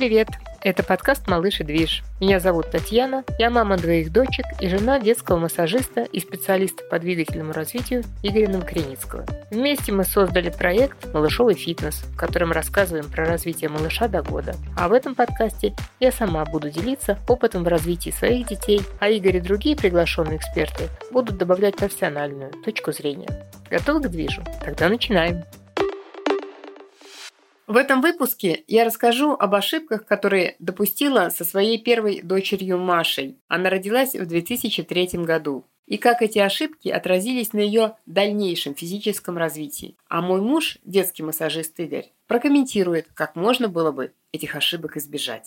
привет! Это подкаст «Малыш и движ». Меня зовут Татьяна, я мама двоих дочек и жена детского массажиста и специалиста по двигательному развитию Игоря Новокреницкого. Вместе мы создали проект «Малышовый фитнес», в котором рассказываем про развитие малыша до года. А в этом подкасте я сама буду делиться опытом в развитии своих детей, а Игорь и другие приглашенные эксперты будут добавлять профессиональную точку зрения. Готовы к движу? Тогда начинаем! В этом выпуске я расскажу об ошибках, которые допустила со своей первой дочерью Машей. Она родилась в 2003 году. И как эти ошибки отразились на ее дальнейшем физическом развитии. А мой муж, детский массажист Игорь, прокомментирует, как можно было бы этих ошибок избежать.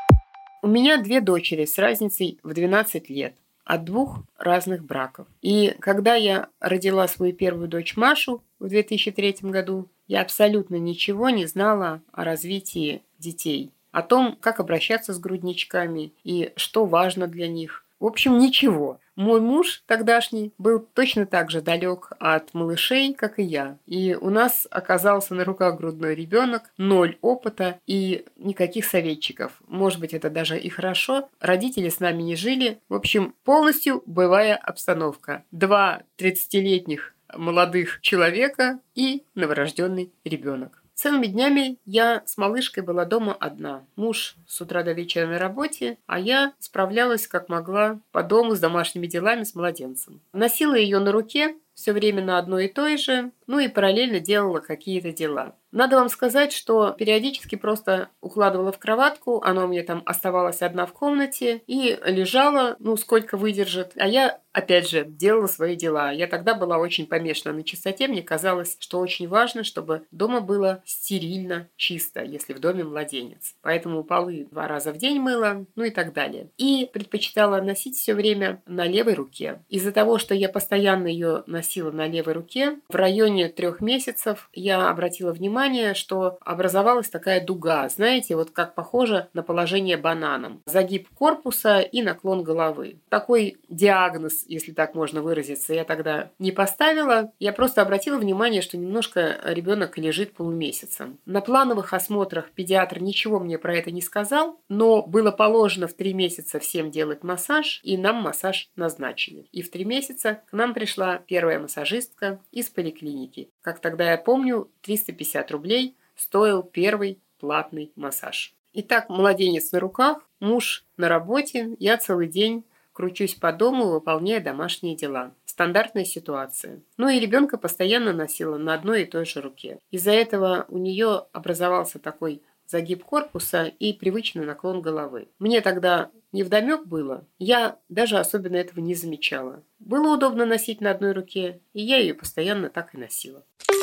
У меня 2 дочери с разницей в 12 лет. От 2 разных браков. И когда я родила свою первую дочь Машу в 2003 году, я абсолютно ничего не знала о развитии детей, о том, как обращаться с грудничками и что важно для них. В общем, ничего. Мой муж тогдашний был точно так же далек от малышей, как и я. И у нас оказался на руках грудной ребенок, 0 опыта и никаких советчиков. Может быть, это даже и хорошо. Родители с нами не жили. В общем, полностью боевая обстановка. 2 30-летних молодых человека и новорожденный ребенок. Целыми днями я с малышкой была дома одна. Муж с утра до вечера на работе, а я справлялась как могла по дому с домашними делами с младенцем. Носила ее на руке все время на одной и той же, и параллельно делала какие-то дела. Надо вам сказать, что периодически просто укладывала в кроватку, она у меня там оставалась одна в комнате и лежала, сколько выдержит. А я, опять же, делала свои дела. Я тогда была очень помешана на чистоте. Мне казалось, что очень важно, чтобы дома было стерильно, чисто, если в доме младенец. Поэтому полы 2 раза в день мыла, и так далее. И предпочитала носить все время на левой руке. Из-за того, что я постоянно ее носила на левой руке, в районе 3 месяцев я обратила внимание, что образовалась такая дуга, знаете, вот как похоже на положение бананом. Загиб корпуса и наклон головы. Такой диагноз, если так можно выразиться, я тогда не поставила. Я просто обратила внимание, что немножко ребенок лежит полумесяцем. На плановых осмотрах педиатр ничего мне про это не сказал, но было положено в 3 месяца всем делать массаж, и нам массаж назначили. И в 3 месяца к нам пришла первая массажистка из поликлиники. Как тогда я помню, 350 рублей стоил первый платный массаж. Итак, младенец на руках, муж на работе, я целый день кручусь по дому, выполняя домашние дела. Стандартная ситуация. И ребенка постоянно носила на одной и той же руке. Из-за этого у нее образовался такой загиб корпуса и привычный наклон головы. Мне тогда невдомек было, я даже особенно этого не замечала. Было удобно носить на одной руке, и я ее постоянно так и носила.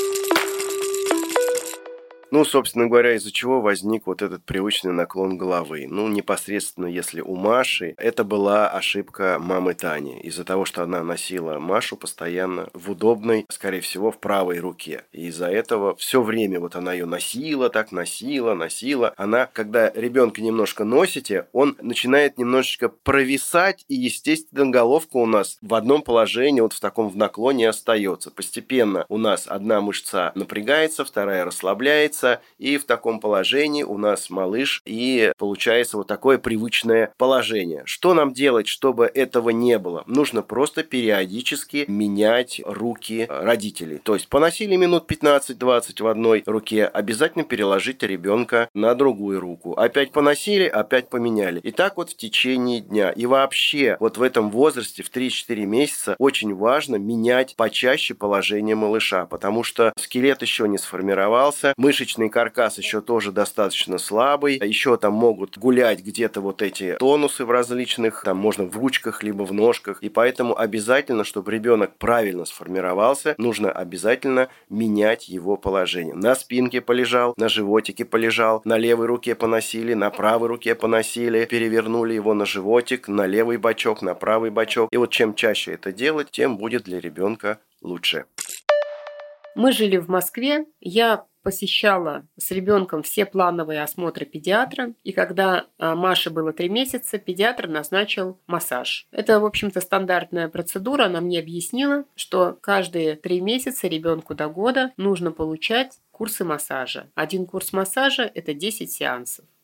Собственно говоря, из-за чего возник вот этот привычный наклон головы. Непосредственно, если у Маши, это была ошибка мамы Тани. Из-за того, что она носила Машу постоянно в удобной, скорее всего, в правой руке. И из-за этого все время вот она ее носила. Она, когда ребенка немножко носите, он начинает немножечко провисать, и, естественно, головка у нас в одном положении, вот в таком в наклоне остается. Постепенно у нас одна мышца напрягается, вторая расслабляется, и в таком положении у нас малыш, и получается вот такое привычное положение. Что нам делать, чтобы этого не было? Нужно просто периодически менять руки родителей. То есть поносили минут 15-20 в одной руке, обязательно переложите ребенка на другую руку. Опять поносили, опять поменяли. И так вот в течение дня. И вообще вот в этом возрасте, в 3-4 месяца, очень важно менять почаще положение малыша, потому что скелет еще не сформировался, мышечный каркас еще тоже достаточно слабый, еще там могут гулять где-то вот эти тонусы в различных, там можно в ручках либо в ножках, и поэтому обязательно, чтобы ребенок правильно сформировался, нужно обязательно менять его положение. На спинке полежал, на животике полежал, на левой руке поносили, на правой руке поносили, перевернули его на животик, на левый бочок, на правый бочок. И вот чем чаще это делать, тем будет для ребенка лучше. Мы жили в Москве, я посещала с ребенком все плановые осмотры педиатра, и когда Маше было 3 месяца, педиатр назначил массаж. Это, в общем-то, стандартная процедура. Она мне объяснила, что каждые 3 месяца ребенку до года нужно получать курсы массажа. 1 курс массажа – это 10 сеансов.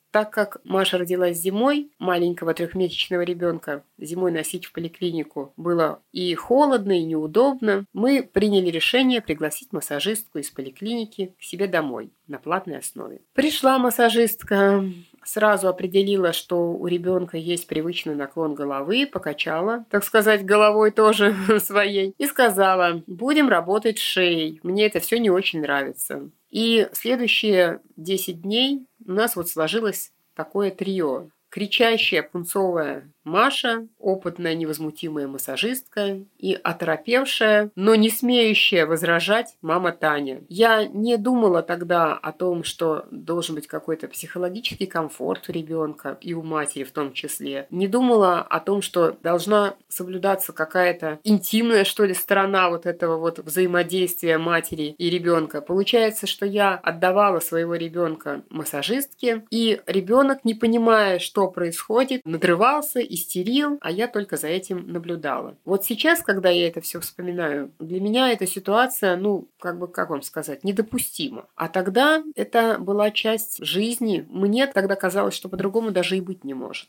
Так как Маша родилась зимой, маленького трехмесячного ребенка зимой носить в поликлинику было и холодно, и неудобно, мы приняли решение пригласить массажистку из поликлиники к себе домой на платной основе. Пришла массажистка, сразу определила, что у ребенка есть привычный наклон головы, покачала, так сказать, головой тоже своей, и сказала: будем работать шеей, мне это все не очень нравится. И следующие 10 дней у нас вот сложилось такое трио. Кричащая пунцовая Маша, опытная невозмутимая массажистка и оторопевшая, но не смеющая возражать мама Таня. Я не думала тогда о том, что должен быть какой-то психологический комфорт у ребенка и у матери в том числе. Не думала о том, что должна соблюдаться какая-то интимная, что ли, сторона вот этого вот взаимодействия матери и ребенка. Получается, что я отдавала своего ребенка массажистке, и ребенок, не понимая, что происходит, надрывался, истерил, а я только за этим наблюдала. Вот сейчас, когда я это все вспоминаю, для меня эта ситуация, как вам сказать, недопустима. А тогда это была часть жизни. Мне тогда казалось, что по-другому даже и быть не может.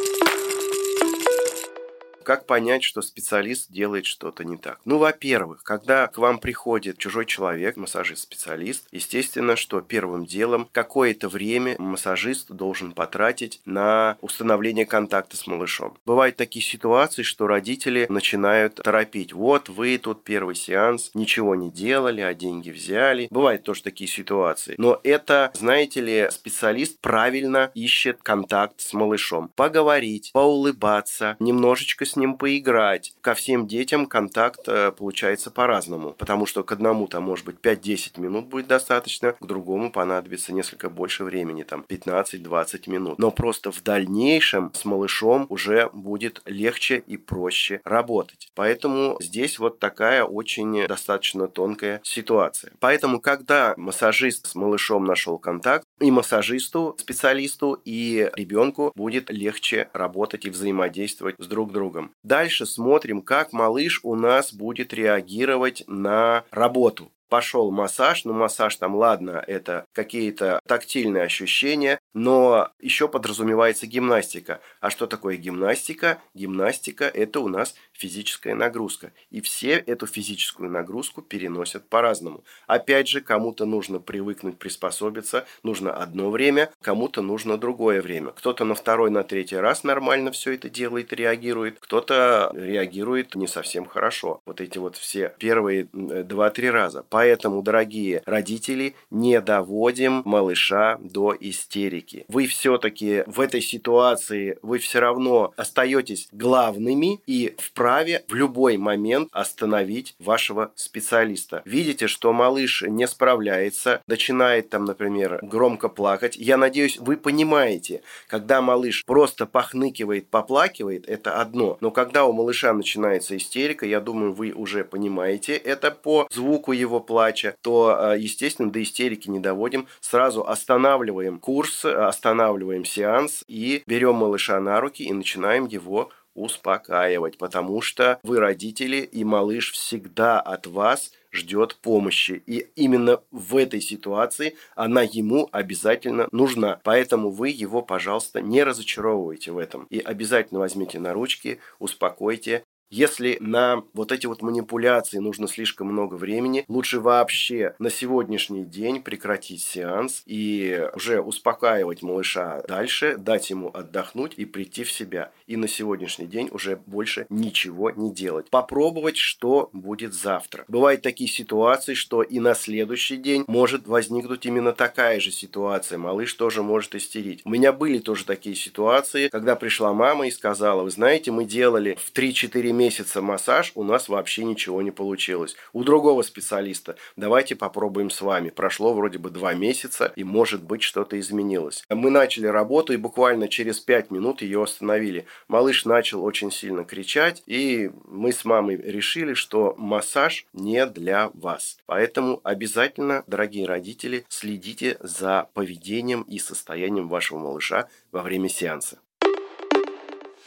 Как понять, что специалист делает что-то не так? Во-первых, когда к вам приходит чужой человек, массажист-специалист, естественно, что первым делом какое-то время массажист должен потратить на установление контакта с малышом. Бывают такие ситуации, что родители начинают торопить. Вот вы тут первый сеанс, ничего не делали, а деньги взяли. Бывают тоже такие ситуации. Но это, знаете ли, специалист правильно ищет контакт с малышом. Поговорить, поулыбаться, немножечко с ним поиграть. Ко всем детям контакт получается по-разному, потому что к одному там может быть 5-10 минут будет достаточно, к другому понадобится несколько больше времени, там 15-20 минут. Но просто в дальнейшем с малышом уже будет легче и проще работать. Поэтому здесь вот такая очень достаточно тонкая ситуация. Поэтому, когда массажист с малышом нашел контакт, и массажисту, специалисту, и ребенку будет легче работать и взаимодействовать с друг другом. Дальше смотрим, как малыш у нас будет реагировать на работу. Пошел массаж, массаж там, ладно, это какие-то тактильные ощущения, но еще подразумевается гимнастика. А что такое гимнастика? Гимнастика – это у нас физическая нагрузка. И все эту физическую нагрузку переносят по-разному. Опять же, кому-то нужно привыкнуть, приспособиться, нужно одно время, кому-то нужно другое время. Кто-то на второй, на третий раз нормально все это делает, реагирует, кто-то реагирует не совсем хорошо. Вот эти вот все первые 2-3 раза. Поэтому, дорогие родители, не доводим малыша до истерики. Вы все-таки в этой ситуации, вы все равно остаетесь главными и вправе в любой момент остановить вашего специалиста. Видите, что малыш не справляется, начинает там, например, громко плакать. Я надеюсь, вы понимаете, когда малыш просто похныкивает, поплакивает, это одно. Но когда у малыша начинается истерика, я думаю, вы уже понимаете это по звуку его плача, то, естественно, до истерики не доводим. Сразу останавливаем курс, останавливаем сеанс и берем малыша на руки и начинаем его успокаивать, потому что вы родители, и малыш всегда от вас ждет помощи. И именно в этой ситуации она ему обязательно нужна. Поэтому вы его, пожалуйста, не разочаровывайте в этом. И обязательно возьмите на ручки, успокойте. Если на вот эти вот манипуляции нужно слишком много времени, лучше вообще на сегодняшний день прекратить сеанс и уже успокаивать малыша дальше, дать ему отдохнуть и прийти в себя. И на сегодняшний день уже больше ничего не делать. Попробовать, что будет завтра. Бывают такие ситуации, что и на следующий день может возникнуть именно такая же ситуация. Малыш тоже может истерить. У меня были тоже такие ситуации, когда пришла мама и сказала: вы знаете, мы делали в 3-4 месяца массаж, у нас вообще ничего не получилось. У другого специалиста: давайте попробуем с вами. Прошло вроде бы 2 месяца, и может быть что-то изменилось. Мы начали работу, и буквально через 5 минут ее остановили. Малыш начал очень сильно кричать, и мы с мамой решили, что массаж не для вас. Поэтому обязательно, дорогие родители, следите за поведением и состоянием вашего малыша во время сеанса.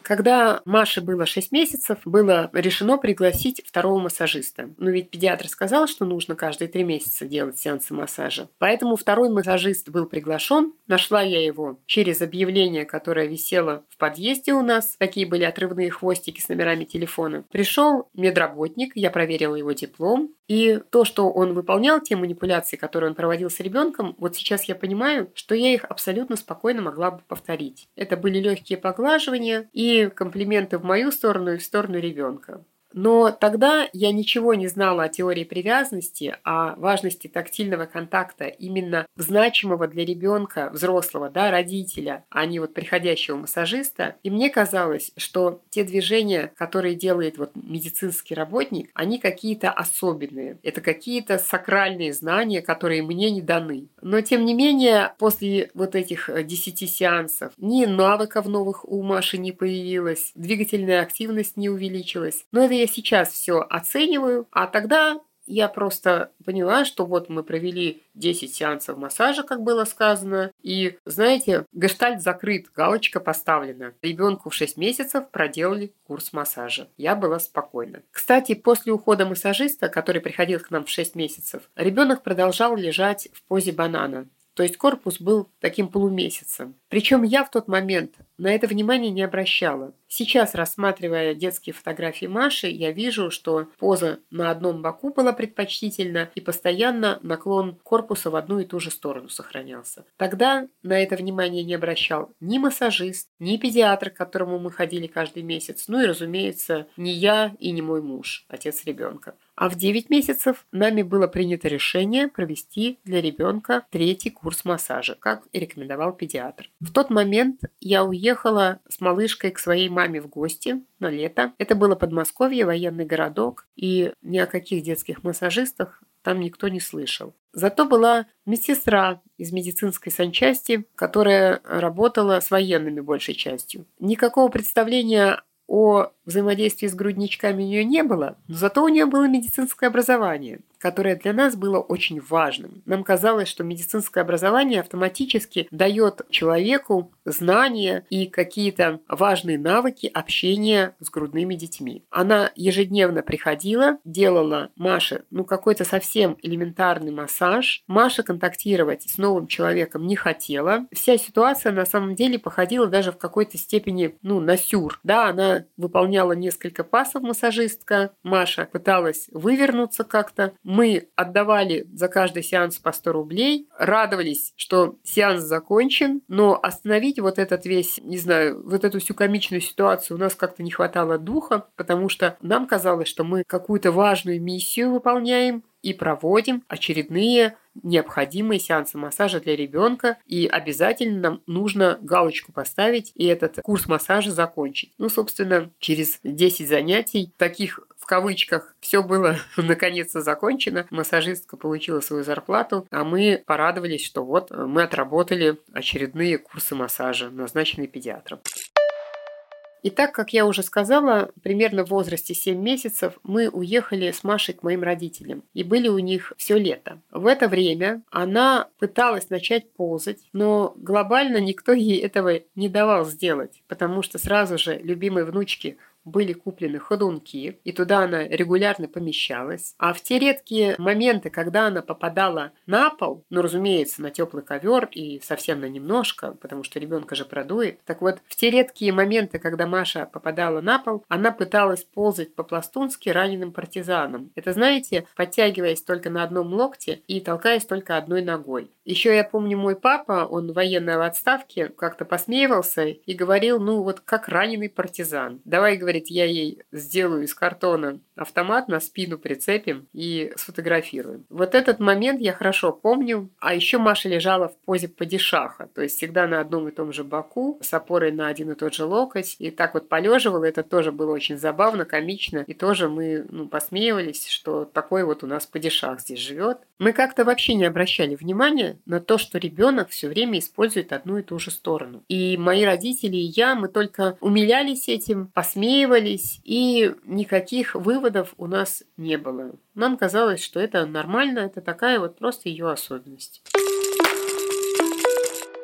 Когда Маше было 6 месяцев, было решено пригласить второго массажиста. Но ведь педиатр сказал, что нужно каждые 3 месяца делать сеансы массажа. Поэтому второй массажист был приглашен. Нашла я его через объявление, которое висело в подъезде у нас. Такие были отрывные хвостики с номерами телефона. Пришел медработник, я проверила его диплом. И то, что он выполнял, те манипуляции, которые он проводил с ребенком, вот сейчас я понимаю, что я их абсолютно спокойно могла бы повторить. Это были легкие поглаживания и комплименты в мою сторону и в сторону ребенка. Но тогда я ничего не знала о теории привязанности, о важности тактильного контакта, именно значимого для ребенка, взрослого, да, родителя, а не вот приходящего массажиста. И мне казалось, что те движения, которые делает вот медицинский работник, они какие-то особенные. Это какие-то сакральные знания, которые мне не даны. Но, тем не менее, после вот этих 10 сеансов ни навыков новых у Маши не появилось, двигательная активность не увеличилась. Но это я сейчас все оцениваю, а тогда я просто поняла, что вот мы провели 10 сеансов массажа, как было сказано, и, знаете, гештальт закрыт, галочка поставлена. Ребенку в 6 месяцев проделали курс массажа. Я была спокойна. Кстати, после ухода массажиста, который приходил к нам в 6 месяцев, ребенок продолжал лежать в позе банана. То есть корпус был таким полумесяцем. Причем я в тот момент на это внимание не обращала. Сейчас, рассматривая детские фотографии Маши, я вижу, что поза на одном боку была предпочтительна и постоянно наклон корпуса в одну и ту же сторону сохранялся. Тогда на это внимание не обращал ни массажист, ни педиатр, к которому мы ходили каждый месяц, ну и, разумеется, не я и не мой муж, отец ребенка. А в 9 месяцев нами было принято решение провести для ребенка 3-й курс массажа, как и рекомендовал педиатр. В тот момент я уехала с малышкой к своей маме в гости на лето. Это было Подмосковье, военный городок, и ни о каких детских массажистах там никто не слышал. Зато была медсестра из медицинской санчасти, которая работала с военными большей частью. Никакого представления о взаимодействии с грудничками у нее не было, но зато у нее было медицинское образование, которое для нас было очень важным. Нам казалось, что медицинское образование автоматически дает человеку знания и какие-то важные навыки общения с грудными детьми. Она ежедневно приходила, делала Маше какой-то совсем элементарный массаж. Маша контактировать с новым человеком не хотела. Вся ситуация на самом деле походила даже в какой-то степени на сюр. Да, она выполняла несколько пасов, массажистка. Маша пыталась вывернуться как-то. Мы отдавали за каждый сеанс по 100 рублей, радовались, что сеанс закончен, но остановить вот этот весь, вот эту всю комичную ситуацию у нас как-то не хватало духа, потому что нам казалось, что мы какую-то важную миссию выполняем и проводим очередные необходимые сеансы массажа для ребенка, и обязательно нам нужно галочку поставить и этот курс массажа закончить. Собственно, через 10 занятий, таких в кавычках, все было наконец-то закончено. Массажистка получила свою зарплату, а мы порадовались, что вот мы отработали очередные курсы массажа, назначенные педиатром. И так, как я уже сказала, примерно в возрасте 7 месяцев мы уехали с Машей к моим родителям и были у них все лето. В это время она пыталась начать ползать, но глобально никто ей этого не давал сделать, потому что сразу же любимой внучке были куплены ходунки, и туда она регулярно помещалась. А в те редкие моменты, когда она попадала на пол, разумеется, на теплый ковер и совсем на немножко, потому что ребенка же продует. Так вот, в те редкие моменты, когда Маша попадала на пол, она пыталась ползать по-пластунски раненым партизаном. Это, знаете, подтягиваясь только на одном локте и толкаясь только одной ногой. Еще я помню, мой папа, он военный в отставке, как-то посмеивался и говорил, как раненый партизан. Давай, говорит, я ей сделаю из картона автомат, на спину прицепим и сфотографируем. Вот этот момент я хорошо помню. А еще Маша лежала в позе падишаха, то есть всегда на одном и том же боку, с опорой на один и тот же локоть. И так вот полеживала, это тоже было очень забавно, комично. И тоже мы посмеивались, что такой вот у нас падишах здесь живет. Мы как-то вообще не обращали внимания на то, что ребенок все время использует одну и ту же сторону. И мои родители и я, мы только умилялись этим, посмеивались, и никаких выводов у нас не было. Нам казалось, что это нормально, это такая вот просто ее особенность.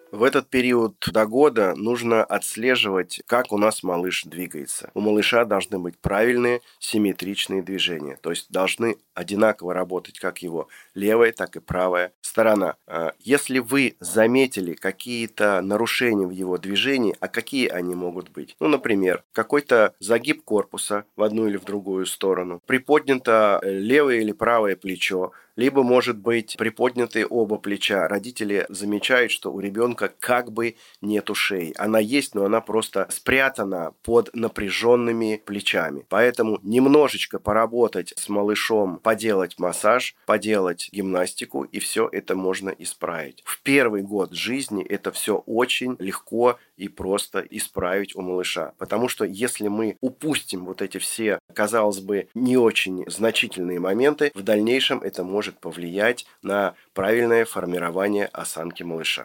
В этот период до года нужно отслеживать, как у нас малыш двигается. У малыша должны быть правильные симметричные движения, то есть должны одинаково работать как его левая, так и правая сторона. Если вы заметили какие-то нарушения в его движении, а какие они могут быть? Например, какой-то загиб корпуса в одну или в другую сторону, приподнято левое или правое плечо, либо, может быть, приподняты оба плеча. Родители замечают, что у ребенка как бы нету шеи. Она есть, но она просто спрятана под напряженными плечами. Поэтому немножечко поработать с малышом, поделать массаж, поделать гимнастику, и все это можно исправить. В первый год жизни это все очень легко и просто исправить у малыша. Потому что если мы упустим вот эти все, казалось бы, не очень значительные моменты, в дальнейшем это может повлиять на правильное формирование осанки малыша.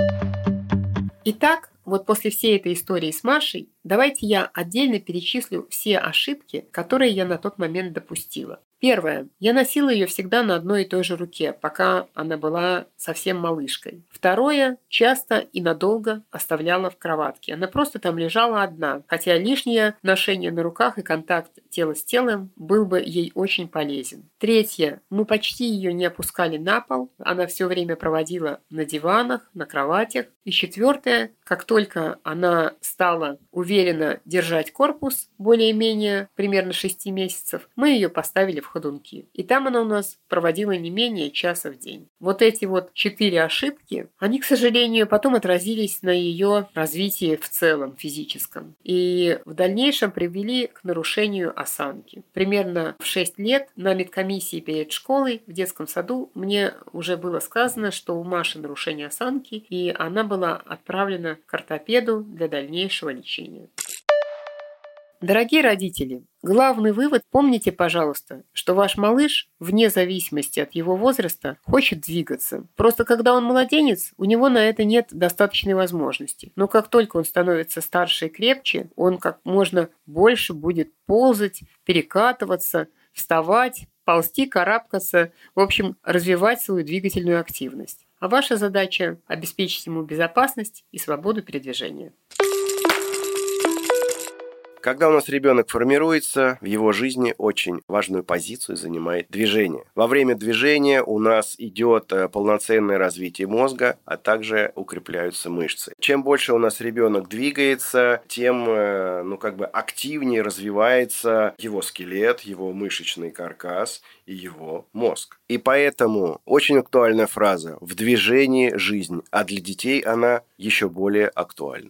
Итак, вот после всей этой истории с Машей, давайте я отдельно перечислю все ошибки, которые я на тот момент допустила. Первое. Я носила ее всегда на одной и той же руке, пока она была совсем малышкой. Второе. Часто и надолго оставляла в кроватке. Она просто там лежала одна, хотя лишнее ношение на руках и контакт тела с телом был бы ей очень полезен. Третье. Мы почти ее не опускали на пол. Она все время проводила на диванах, на кроватях. И четвертое. Как только она стала уверенно держать корпус, более-менее примерно 6 месяцев, мы ее поставили в ходунки. И там она у нас проводила не менее часа в день. Вот эти вот 4 ошибки, они, к сожалению, потом отразились на ее развитии в целом физическом. И в дальнейшем привели к нарушению осанки. Примерно в 6 лет на медкомиссии перед школой в детском саду мне уже было сказано, что у Маши нарушение осанки, и она была отправлена к ортопеду для дальнейшего лечения. Дорогие родители, главный вывод: помните, пожалуйста, что ваш малыш, вне зависимости от его возраста, хочет двигаться. Просто когда он младенец, у него на это нет достаточной возможности. Но как только он становится старше и крепче, он как можно больше будет ползать, перекатываться, вставать, ползти, карабкаться, в общем, развивать свою двигательную активность. А ваша задача – обеспечить ему безопасность и свободу передвижения. Когда у нас ребенок формируется, в его жизни очень важную позицию занимает движение. Во время движения у нас идет полноценное развитие мозга, а также укрепляются мышцы. Чем больше у нас ребенок двигается, тем активнее развивается его скелет, его мышечный каркас и его мозг. И поэтому очень актуальная фраза: «В движении жизнь», а для детей она еще более актуальна.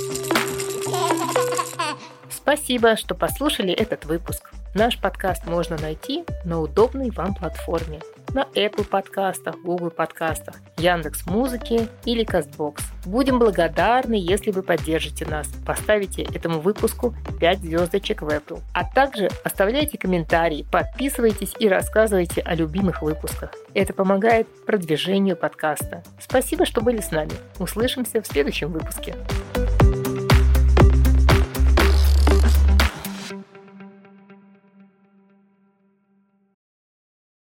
Спасибо, что послушали этот выпуск. Наш подкаст можно найти на удобной вам платформе. На Apple подкастах, Google подкастах, Яндекс.Музыке или Castbox. Будем благодарны, если вы поддержите нас. Поставите этому выпуску 5 звездочек в Apple. А также оставляйте комментарии, подписывайтесь и рассказывайте о любимых выпусках. Это помогает продвижению подкаста. Спасибо, что были с нами. Услышимся в следующем выпуске.